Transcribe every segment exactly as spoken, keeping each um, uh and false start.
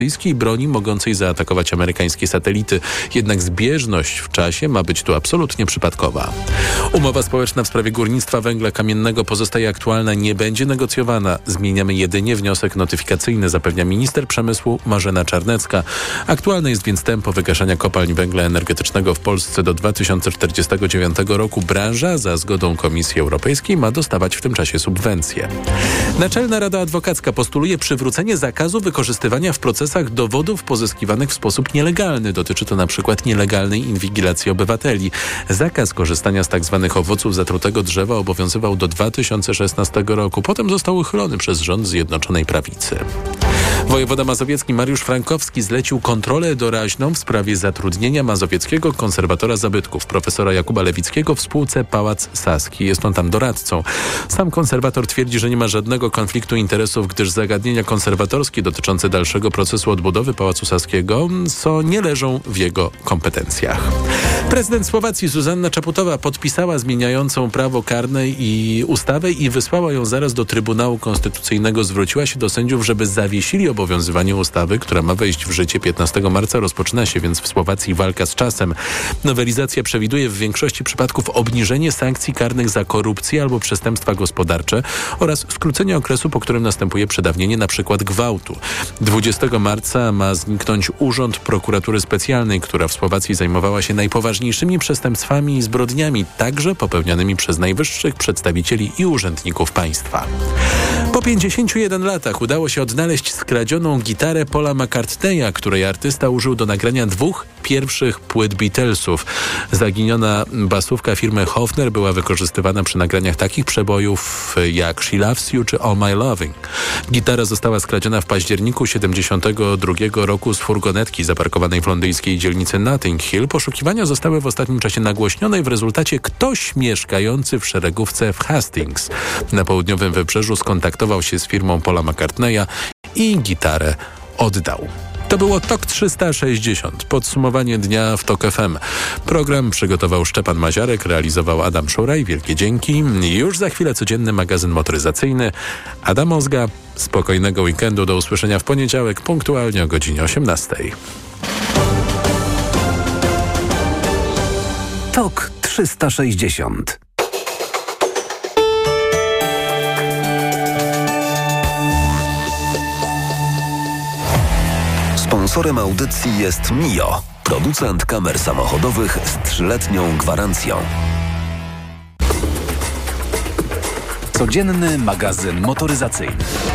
rosyjskiej broni mogącej zaatakować amerykańskie satelity. Jednak zbieżność w czasie ma być tu absolutnie przypadkowa. Umowa społeczna w sprawie górnictwa węgla kamiennego pozostaje aktualna, nie będzie negocjowana. Zmieniamy jedynie wniosek notyfikacyjny, zapewnia minister przemysłu Marzena Czarnecka. Aktualne jest więc tempo wygaszania kopalń węgla energetycznego w Polsce do dwa tysiące czterdziestego dziewiątego roku. Branża za zgodą Komisji Europejskiej ma dostawać w tym czasie subwencje. Naczelna Rada Adwokacka postuluje przywrócenie zakazu wykorzystywania w procesach dowodów pozyskiwanych w sposób nielegalny. Dotyczy to na przykład nielegalnej inwigilacji obywateli. Zakaz korzystania z tzw. owoców zatrutego drzewa obowiązywał do dwa tysiące szesnastego roku. Potem został uchylony przez rząd Zjednoczonej Prawicy. Wojewoda mazowiecki Mariusz Frankowski zlecił kontrolę doraźną w sprawie zatrudnienia mazowieckiego konserwatora zabytków profesora Jakuba Lewickiego w spółce Pałac Saski. Jest on tam doradcą. Sam konserwator twierdzi, że nie ma żadnego konfliktu interesów, gdyż zagadnienia konserwatorskie dotyczące dalszego procesu odbudowy Pałacu Saskiego co nie leżą w jego kompetencjach. Prezydent Słowacji Zuzanna Czaputowa podpisała zmieniającą prawo karne i ustawę i wysłała ją zaraz do Trybunału Konstytucyjnego. Zwróciła się do sędziów, żeby zawiesili obowiązywanie ustawy, która ma wejść w życie piętnastego marca. Rozpoczyna się więc w Słowacji walka z czasem. Nowelizacja przewiduje w większości przypadków obniżenie sankcji karnych za korupcję albo przestępstwa gospodarcze oraz skrócenie okresu, po którym następuje przedawnienie, na przykład gwałtu. dwudziestego marca ma zniknąć Urząd Prokuratury Specjalnej, która w Słowacji zajmowała się najpoważniejszymi przestępstwami i zbrodniami, także popełnianymi przez najwyższych przedstawicieli i urzędników państwa. Po pięćdziesięciu jeden latach udało się odnaleźć skradzioną gitarę Paula McCartneya, której artysta użył do nagrania dwóch pierwszych płyt Beatlesów. Zaginiona basówka firmy Hofner była wykorzystywana przy nagraniach takich przebojów jak She Loves You czy All My Loving. Gitara została skradziona w październiku siedemdziesiątego drugiego roku z furgonetki zaparkowanej w londyńskiej dzielnicy Notting Hill. Poszukiwania zostały w ostatnim czasie nagłośnione i w rezultacie ktoś mieszkający w szeregówce w Hastings na południowym wybrzeżu skontaktował się z firmą Paula McCartneya i gitarę oddał. To było Tok trzysta sześćdziesiąt. Podsumowanie dnia w Tok F M. Program przygotował Szczepan Maziarek, realizował Adam Szuraj. Wielkie dzięki. Już za chwilę codzienny magazyn motoryzacyjny. Adam Ozga. Spokojnego weekendu. Do usłyszenia w poniedziałek punktualnie o godzinie osiemnastej. Tok trzysta sześćdziesiąt. Sponsorem audycji jest Mio, producent kamer samochodowych z trzyletnią gwarancją. Codzienny magazyn motoryzacyjny.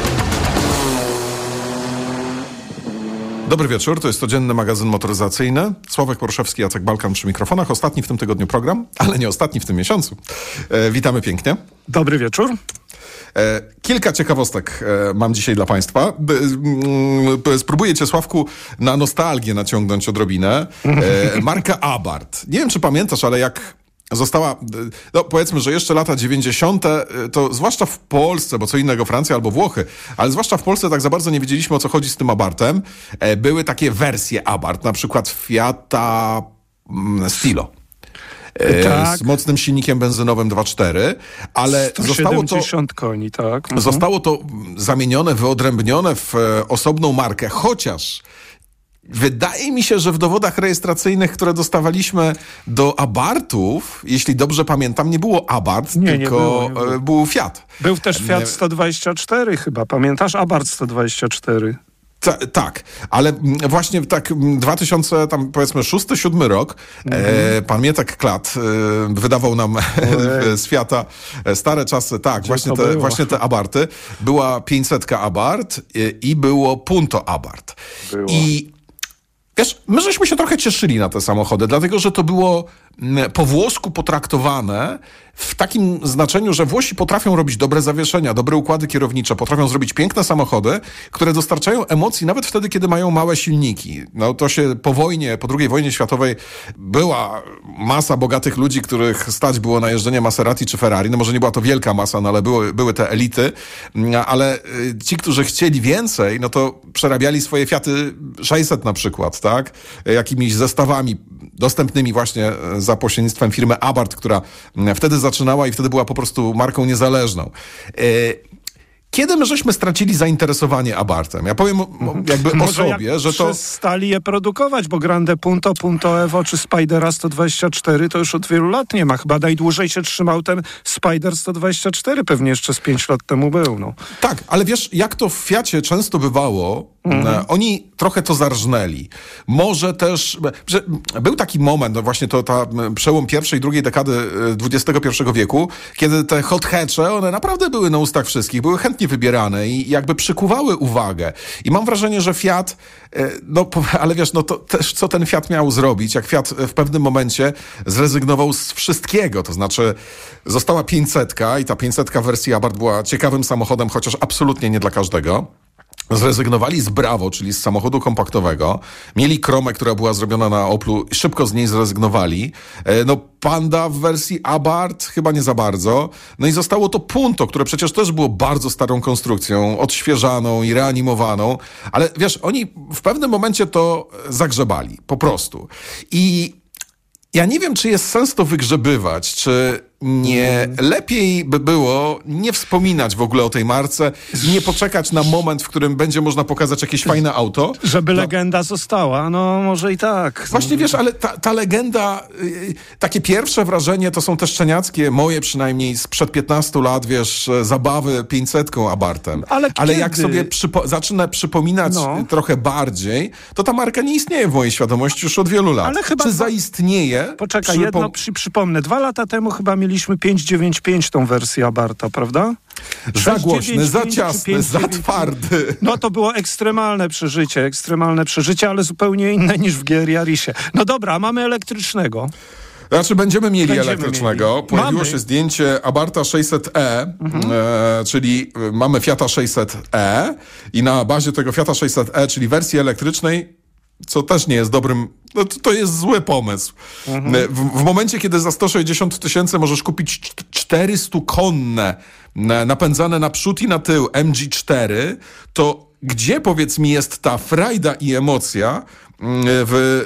Dobry wieczór, to jest codzienny magazyn motoryzacyjny. Sławek Porszewski, Jacek Balkan przy mikrofonach. Ostatni w tym tygodniu program, ale nie ostatni w tym miesiącu. E, witamy pięknie. Dobry wieczór. E, kilka ciekawostek e, mam dzisiaj dla Państwa. E, spróbuję Cię, Sławku, na nostalgię naciągnąć odrobinę. E, marka Abarth. Nie wiem, czy pamiętasz, ale jak została, no powiedzmy, że jeszcze lata dziewięćdziesiąte, to zwłaszcza w Polsce, bo co innego Francja albo Włochy, ale zwłaszcza w Polsce tak za bardzo nie wiedzieliśmy, o co chodzi z tym Abarthem. E, były takie wersje Abarth, na przykład Fiata Stilo. Tak. Z mocnym silnikiem benzynowym dwa cztery, ale zostało to, koni, tak. Mhm. zostało to zamienione, wyodrębnione w osobną markę, chociaż wydaje mi się, że w dowodach rejestracyjnych, które dostawaliśmy do Abarthów, jeśli dobrze pamiętam, nie było Abarth, nie, tylko nie było, nie było. był Fiat. Był też Fiat sto dwadzieścia cztery chyba, pamiętasz? Abarth sto dwadzieścia cztery. Ta, tak, ale właśnie tak dwa tysiące, tam powiedzmy szósty, siódmy rok, mm. e, pan Mietek Klat e, wydawał nam z Fiata stare czasy, tak, Gdzie właśnie te, właśnie te Abarthy. Była pięćsetka Abarth i, i było Punto Abarth. Było. I wiesz, my żeśmy się trochę cieszyli na te samochody, dlatego że to było po włosku potraktowane w takim znaczeniu, że Włosi potrafią robić dobre zawieszenia, dobre układy kierownicze, potrafią zrobić piękne samochody, które dostarczają emocji nawet wtedy, kiedy mają małe silniki. No to się po wojnie, po drugiej wojnie światowej była masa bogatych ludzi, których stać było na jeżdżenie Maserati czy Ferrari. No może nie była to wielka masa, no ale były, były te elity, ale ci, którzy chcieli więcej, no to przerabiali swoje Fiaty sześćset na przykład, tak? Jakimiś zestawami dostępnymi właśnie za pośrednictwem firmy Abarth, która wtedy zaczynała i wtedy była po prostu marką niezależną. Kiedy my żeśmy stracili zainteresowanie Abartem? Ja powiem jakby o Może sobie, jak że to... przestali je produkować, bo Grande Punto, Punto Evo czy Spydera sto dwadzieścia cztery to już od wielu lat nie ma. Chyba najdłużej się trzymał ten Spider sto dwadzieścia cztery, pewnie jeszcze z pięć lat temu był. No. Tak, ale wiesz, jak to w Fiacie często bywało, mhm. e, oni trochę to zarżnęli. Może też, że był taki moment, no właśnie to ta przełom pierwszej i drugiej dekady dwudziestego pierwszego wieku, kiedy te hot hatche, one naprawdę były na ustach wszystkich, były chętnie wybierane i jakby przykuwały uwagę. I mam wrażenie, że Fiat, no ale wiesz, no to też co ten Fiat miał zrobić, jak Fiat w pewnym momencie zrezygnował z wszystkiego, to znaczy została pięćsetka i ta pięćsetka w wersji Abarth była ciekawym samochodem, chociaż absolutnie nie dla każdego. Zrezygnowali z Bravo, czyli z samochodu kompaktowego. Mieli Kromę, która była zrobiona na Oplu. Szybko z niej zrezygnowali. No Panda w wersji Abarth chyba nie za bardzo. No i zostało to Punto, które przecież też było bardzo starą konstrukcją, odświeżaną i reanimowaną. Ale wiesz, oni w pewnym momencie to zagrzebali. Po prostu. I ja nie wiem, czy jest sens to wygrzebywać, czy nie lepiej by było nie wspominać w ogóle o tej marce i nie poczekać na moment, w którym będzie można pokazać jakieś fajne auto. Żeby no. legenda została, no może i tak. Właśnie wiesz, ale ta, ta legenda, yy, takie pierwsze wrażenie to są te szczeniackie, moje przynajmniej sprzed piętnastu lat, wiesz, zabawy pięćsetką Abarthem. Ale, ale kiedy? jak sobie przypo- zacznę przypominać no. trochę bardziej, to ta marka nie istnieje w mojej świadomości już od wielu lat. Ale chyba Czy dwa... zaistnieje? Poczekaj, Przypo- jedno przy, przypomnę. Dwa lata temu chyba mieliśmy pięć dziewięćdziesiąt pięć tą wersję Abartha, prawda? Za głośny, za pięć ciasny, za twardy. No to było ekstremalne przeżycie, ekstremalne przeżycie, ale zupełnie inne niż w G R Yarissie. No dobra, a mamy elektrycznego. Znaczy będziemy mieli Będziemy elektrycznego. mieli. Pojawiło mamy. się zdjęcie Abartha sześćset E, mhm. e, czyli mamy Fiata sześćset E i na bazie tego Fiata sześćset E, czyli wersji elektrycznej, co też nie jest dobrym, no to, to jest zły pomysł. Mhm. W, w momencie, kiedy za sto sześćdziesiąt tysięcy możesz kupić czterystukonne, napędzane na przód i na tył M G cztery, to gdzie, powiedz mi, jest ta frajda i emocja w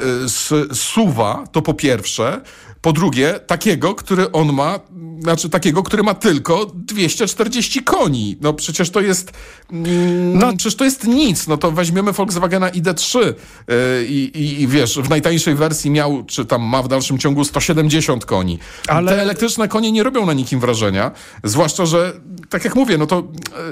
suwa, to po pierwsze. Po drugie, takiego, który on ma, znaczy takiego, który ma tylko dwieście czterdzieści koni. No przecież to jest, mm, no przecież to jest nic. No to weźmiemy Volkswagena I D trzy yy, i, i wiesz, w najtańszej wersji miał, czy tam ma w dalszym ciągu sto siedemdziesiąt koni. Ale te elektryczne konie nie robią na nikim wrażenia. Zwłaszcza, że tak jak mówię, no to,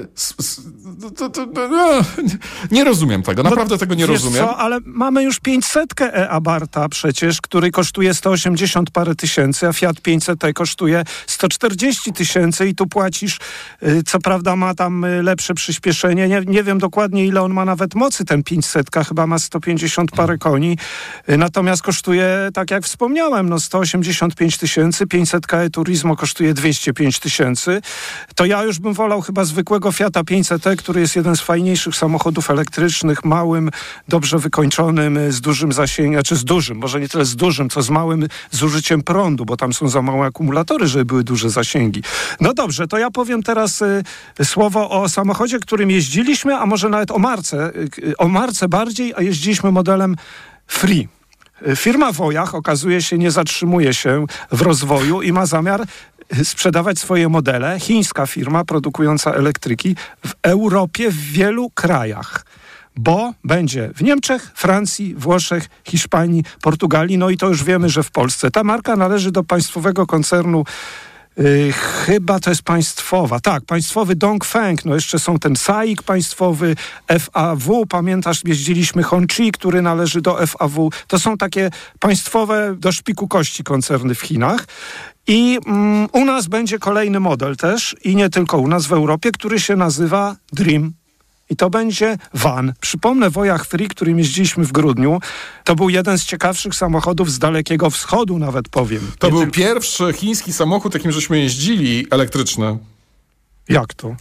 yy, to, to, to no, nie rozumiem tego. Naprawdę no, tego nie wiesz rozumiem. Co, ale mamy już pięćsetkę E Abartha przecież, który kosztuje sto osiemdziesiąt parę tysięcy, a Fiat pięćset E kosztuje sto czterdzieści tysięcy i tu płacisz, yy, co prawda ma tam yy, lepsze przyspieszenie, nie, nie wiem dokładnie ile on ma nawet mocy, ten pięćset, chyba ma sto pięćdziesiąt parę koni, yy, natomiast kosztuje, tak jak wspomniałem, no sto osiemdziesiąt pięć tysięcy, pięćset E Turismo kosztuje dwieście pięć tysięcy, to ja już bym wolał chyba zwykłego Fiata pięćset E, który jest jeden z fajniejszych samochodów elektrycznych, małym, dobrze wykończonym, z dużym zasięgiem, czy z dużym, może nie tyle z dużym, co z małym zużyciem prądu, bo tam są za małe akumulatory, żeby były duże zasięgi. No dobrze, to ja powiem teraz y, słowo o samochodzie, którym jeździliśmy, a może nawet o marce, y, o marce bardziej, a jeździliśmy modelem Free. Firma Wojach, okazuje się, nie zatrzymuje się w rozwoju i ma zamiar sprzedawać swoje modele. Chińska firma produkująca elektryki w Europie, w wielu krajach. Bo będzie w Niemczech, Francji, Włoszech, Hiszpanii, Portugalii, no i to już wiemy, że w Polsce. Ta marka należy do państwowego koncernu, yy, chyba to jest państwowa, tak, państwowy Dongfeng, no jeszcze są ten SAIC państwowy, F A W, pamiętasz, jeździliśmy Hongqi, który należy do F A W. To są takie państwowe do szpiku kości koncerny w Chinach. I mm, u nas będzie kolejny model też, i nie tylko u nas w Europie, który się nazywa Dream. I to będzie van. Przypomnę, Wojach Free, którym jeździliśmy w grudniu, to był jeden z ciekawszych samochodów z Dalekiego Wschodu, nawet powiem. To Nie był tylko... pierwszy chiński samochód, jakim żeśmy jeździli, elektryczny. Jak to?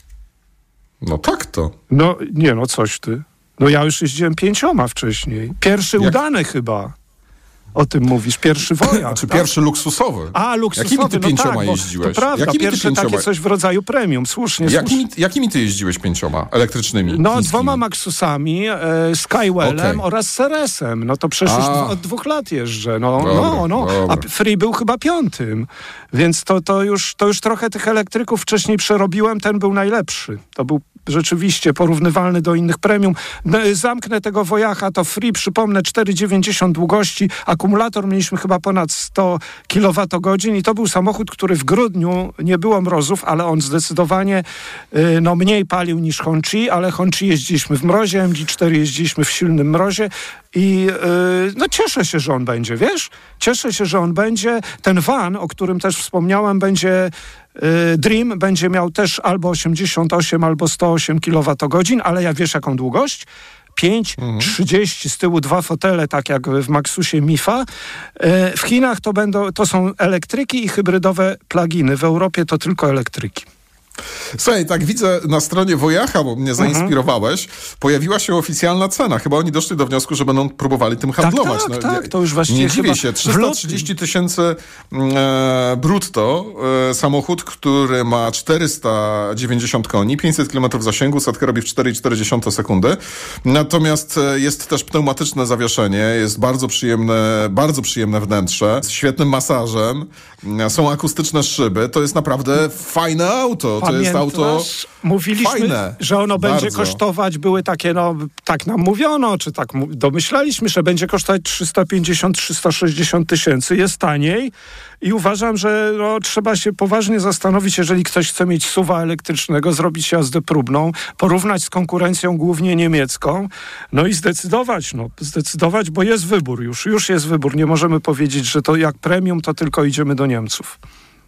No tak to. No nie, no coś ty. No ja już jeździłem pięcioma wcześniej. Pierwszy Jak... udany chyba. o tym mówisz? Pierwszy Wojak, Czy tak? pierwszy luksusowy? A, luksusowy, Jakimi ty no pięcioma tak, bo jeździłeś? To prawda, Jakimi ty pierwsze pięcioma? takie coś w rodzaju premium, słusznie. Jakimi, słusznie. jakimi ty jeździłeś pięcioma elektrycznymi? No, chińskimi? dwoma Maxusami, e, Skywellem Okay. oraz Ceresem. No to przecież już A. od dwóch lat jeżdżę. No, Dobra, no, no. dobra. A Free był chyba piątym. Więc to, to, już, to już trochę tych elektryków wcześniej przerobiłem. Ten był najlepszy. To był rzeczywiście porównywalny do innych premium. No, zamknę tego Wojacha, to Free, przypomnę, cztery dziewięćdziesiąt długości. Akumulator mieliśmy chyba ponad sto kilowatogodzin i to był samochód, który w grudniu nie było mrozów, ale on zdecydowanie y, no, mniej palił niż Hongqi, ale Hongqi jeździliśmy w mrozie, M G cztery jeździliśmy w silnym mrozie i yy, no cieszę się, że on będzie, wiesz? Cieszę się, że on będzie. Ten van, o którym też wspomniałem, będzie yy, Dream, będzie miał też albo osiemdziesiąt osiem, albo sto osiem kilowatogodzin, ale ja wiesz jaką długość? pięć trzydzieści, z tyłu dwa fotele, tak jak w Maxusie Mifa. Yy, w Chinach to będą, to są elektryki i hybrydowe pluginy. W Europie to tylko elektryki. Słuchaj, tak widzę na stronie Wojacha, bo mnie zainspirowałeś, mhm. pojawiła się oficjalna cena. Chyba oni doszli do wniosku, że będą próbowali tym handlować. Tak, tak, no, tak. To już właściwie nie dziwię chyba się. trzysta trzydzieści tysięcy e, brutto. E, samochód, który ma czterysta dziewięćdziesiąt koni, pięćset kilometrów zasięgu, setkę robi w cztery przecinek cztery sekundy. Natomiast e, jest też pneumatyczne zawieszenie, jest bardzo przyjemne, bardzo przyjemne wnętrze, z świetnym masażem, e, są akustyczne szyby. To jest naprawdę fajne auto. To jest auto mówiliśmy, fajne, że ono bardzo. będzie kosztować, były takie, no tak nam mówiono, czy tak domyślaliśmy, że będzie kosztować trzysta pięćdziesiąt do trzystu sześćdziesięciu tysięcy, jest taniej i uważam, że no, trzeba się poważnie zastanowić, jeżeli ktoś chce mieć suwa elektrycznego, zrobić jazdę próbną, porównać z konkurencją głównie niemiecką, no i zdecydować, no zdecydować, bo jest wybór już, już jest wybór, nie możemy powiedzieć, że to jak premium, to tylko idziemy do Niemców.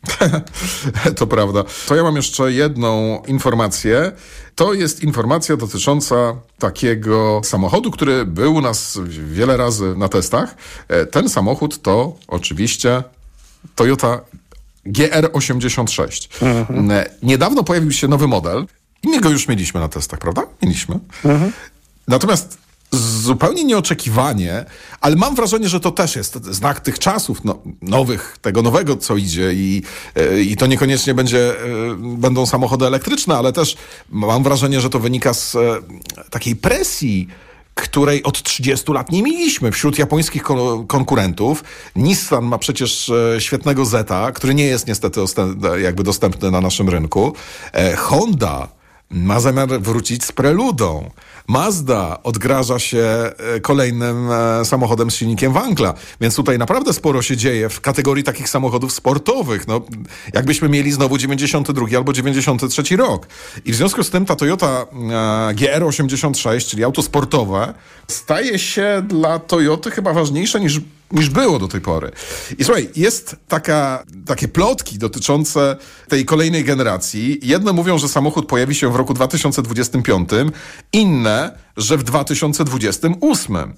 To prawda. To ja mam jeszcze jedną informację. To jest informacja dotycząca takiego samochodu, który był u nas wiele razy na testach. Ten samochód to oczywiście Toyota G R osiemdziesiąt sześć. Mhm. Niedawno pojawił się nowy model i my go już mieliśmy na testach, prawda? Mieliśmy. Mhm. Natomiast zupełnie nieoczekiwanie, ale mam wrażenie, że to też jest znak tych czasów no, nowych, tego nowego, co idzie i, i to niekoniecznie będzie, będą samochody elektryczne, ale też mam wrażenie, że to wynika z takiej presji, której od trzydziestu lat nie mieliśmy wśród japońskich kon- konkurentów. Nissan ma przecież e, świetnego Zeta, który nie jest niestety osta- jakby dostępny na naszym rynku. E, Honda ma zamiar wrócić z Preludą. Mazda odgraża się e, kolejnym e, samochodem z silnikiem Wankla. Więc tutaj naprawdę sporo się dzieje w kategorii takich samochodów sportowych. No, jakbyśmy mieli znowu dziewięćdziesiąty drugi albo dziewięćdziesiąty trzeci rok. I w związku z tym ta Toyota e, G R osiemdziesiąt sześć, czyli auto sportowe, staje się dla Toyoty chyba ważniejsze niż niż było do tej pory. I słuchaj, jest taka, takie plotki dotyczące tej kolejnej generacji. Jedne mówią, że samochód pojawi się w roku dwa tysiące dwudziestym piątym, inne, że w dwa tysiące dwudziestym ósmym.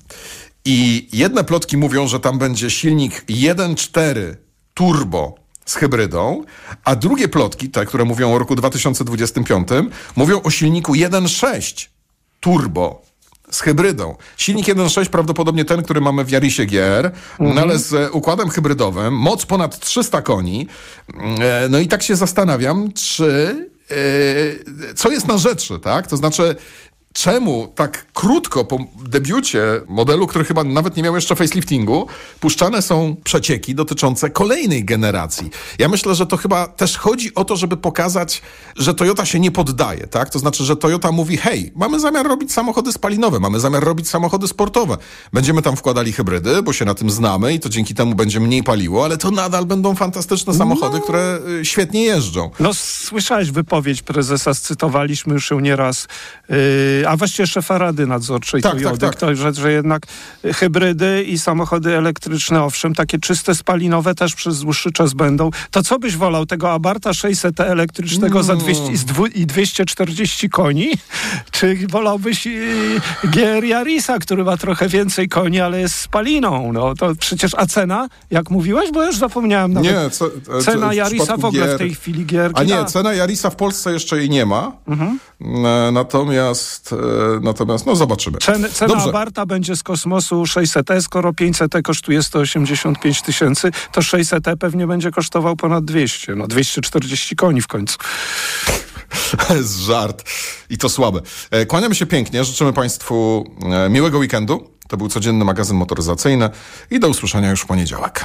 I jedne plotki mówią, że tam będzie silnik jeden cztery turbo z hybrydą, a drugie plotki, te, które mówią o roku dwa tysiące dwudziestym piątym, mówią o silniku jeden sześć turbo z hybrydą. Silnik jeden sześć prawdopodobnie ten, który mamy w Yarisie G R, mhm. no ale z układem hybrydowym, moc ponad trzysta koni. No i tak się zastanawiam, czy yy, co jest na rzeczy, tak? To znaczy, czemu tak krótko po debiucie modelu, który chyba nawet nie miał jeszcze faceliftingu, puszczane są przecieki dotyczące kolejnej generacji. Ja myślę, że to chyba też chodzi o to, żeby pokazać, że Toyota się nie poddaje, tak? To znaczy, że Toyota mówi, hej, mamy zamiar robić samochody spalinowe, mamy zamiar robić samochody sportowe. Będziemy tam wkładali hybrydy, bo się na tym znamy i to dzięki temu będzie mniej paliło, ale to nadal będą fantastyczne samochody, no. które świetnie jeżdżą. No, słyszałeś wypowiedź prezesa, scytowaliśmy już ją nieraz, yy, a właściwie szefa Rady Nadzorczej tak, Toyota, tak, tak. że, że jednak hybrydy i samochody elektryczne, owszem, takie czyste spalinowe też przez dłuższy czas będą. To co byś wolał? Tego Abartha sześćset elektrycznego mm. za dwieście, z dwu, i dwieście czterdzieści koni? Czy wolałbyś yy, G R Yarisa, który ma trochę więcej koni, ale jest spaliną? No to przecież, a cena, jak mówiłeś? Bo już zapomniałem nawet. Nie, ce, ce, cena Yarisa w ogóle G R... w tej chwili G R. A nie, cena Yarisa w Polsce jeszcze jej nie ma. Mhm. Natomiast Natomiast, natomiast no zobaczymy. Cen, cena Dobrze. Abarta będzie z kosmosu sześćset E, skoro pięćset E kosztuje sto osiemdziesiąt pięć tysięcy, to sześćset E pewnie będzie kosztował ponad dwieście. No dwieście czterdzieści koni w końcu. To jest żart i to słabe. Kłaniamy się pięknie, życzymy Państwu miłego weekendu. To był codzienny magazyn motoryzacyjny i do usłyszenia już w poniedziałek.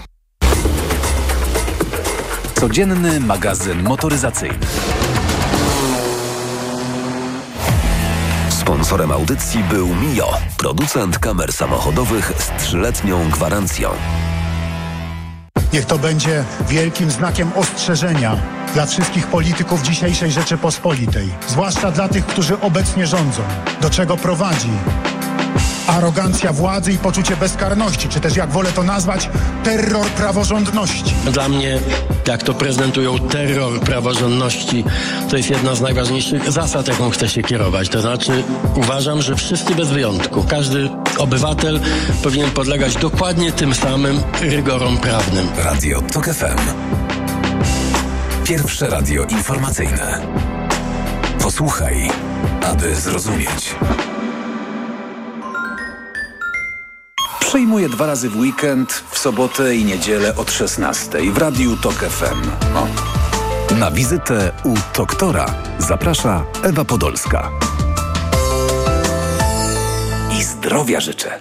Codzienny magazyn motoryzacyjny. Sponsorem audycji był Mio, producent kamer samochodowych z trzyletnią gwarancją. Niech to będzie wielkim znakiem ostrzeżenia dla wszystkich polityków dzisiejszej Rzeczypospolitej, zwłaszcza dla tych, którzy obecnie rządzą. Do czego prowadzi arogancja władzy i poczucie bezkarności, czy też jak wolę to nazwać, terror praworządności. Dla mnie, jak to prezentują terror praworządności, to jest jedna z najważniejszych zasad, jaką chcę się kierować. To znaczy uważam, że wszyscy bez wyjątku, każdy obywatel powinien podlegać dokładnie tym samym rygorom prawnym. Radio Tok F M. Pierwsze radio informacyjne. Posłuchaj, aby zrozumieć. Przyjmuję dwa razy w weekend, w sobotę i niedzielę od szesnastej w Radiu Tok F M. O. Na wizytę u doktora zaprasza Ewa Podolska. I zdrowia życzę.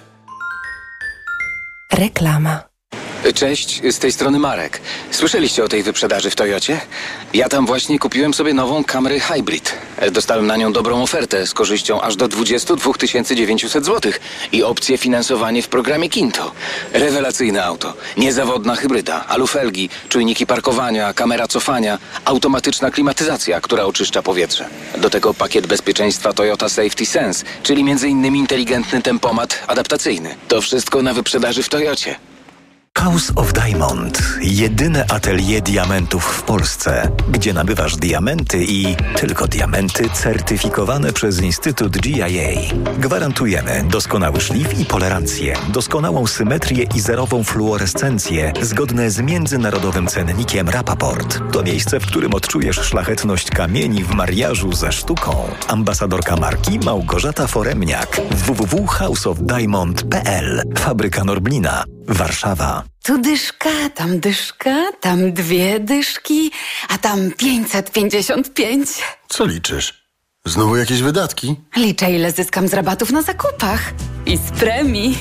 Reklama. Cześć, z tej strony Marek. Słyszeliście o tej wyprzedaży w Toyocie? Ja tam właśnie kupiłem sobie nową Camry Hybrid. Dostałem na nią dobrą ofertę z korzyścią aż do dwadzieścia dwa tysiące dziewięćset złotych i opcję finansowanie w programie Kinto. Rewelacyjne auto, niezawodna hybryda, alufelgi, czujniki parkowania, kamera cofania, automatyczna klimatyzacja, która oczyszcza powietrze. Do tego pakiet bezpieczeństwa Toyota Safety Sense, czyli między innymi inteligentny tempomat adaptacyjny. To wszystko na wyprzedaży w Toyocie. House of Diamond. Jedyne atelier diamentów w Polsce, gdzie nabywasz diamenty i tylko diamenty certyfikowane przez Instytut G I A. Gwarantujemy doskonały szlif i polerancję, doskonałą symetrię i zerową fluorescencję zgodne z międzynarodowym cennikiem Rapaport. To miejsce, w którym odczujesz szlachetność kamieni w mariażu ze sztuką. Ambasadorka marki Małgorzata Foremniak. w w w kropka house of diamond kropka p l. Fabryka Norblina. Warszawa. Tu dyszka, tam dyszka, tam dwie dyszki, a tam pięćset pięćdziesiąt pięć. Co liczysz? Znowu jakieś wydatki? Liczę, ile zyskam z rabatów na zakupach. I z premii.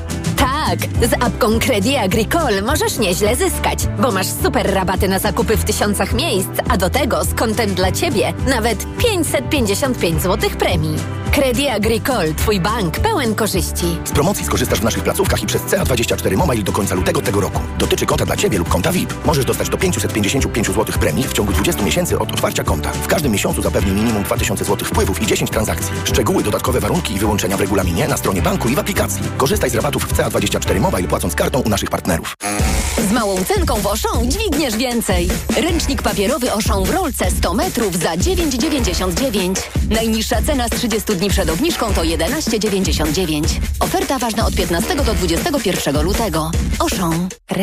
Tak, z apką Crédit Agricole możesz nieźle zyskać, bo masz super rabaty na zakupy w tysiącach miejsc, a do tego z kontem dla Ciebie nawet pięćset pięćdziesiąt pięć złotych premii. Crédit Agricole, Twój bank pełen korzyści. Z promocji skorzystasz w naszych placówkach i przez C A dwadzieścia cztery Mobile do końca lutego tego roku. Dotyczy konta dla Ciebie lub konta V I P. Możesz dostać do pięćset pięćdziesiąt pięć złotych premii w ciągu dwudziestu miesięcy od otwarcia konta. W każdym miesiącu zapewni minimum dwa tysiące złotych wpływów i dziesięć transakcji. Szczegóły, dodatkowe warunki i wyłączenia w regulaminie na stronie banku i w aplikacji. Korzystaj z rabatów w C A dwadzieścia cztery Mobile płacąc kartą u naszych partnerów. Z małą cenką w Auchan dźwigniesz więcej. Ręcznik papierowy Auchan w rolce sto metrów za dziewięć dziewięćdziesiąt dziewięć. Najniższa cena z trzydziestu dni przed obniżką to jedenaście dziewięćdziesiąt dziewięć. Oferta ważna od piętnastego do dwudziestego pierwszego lutego. Auchan.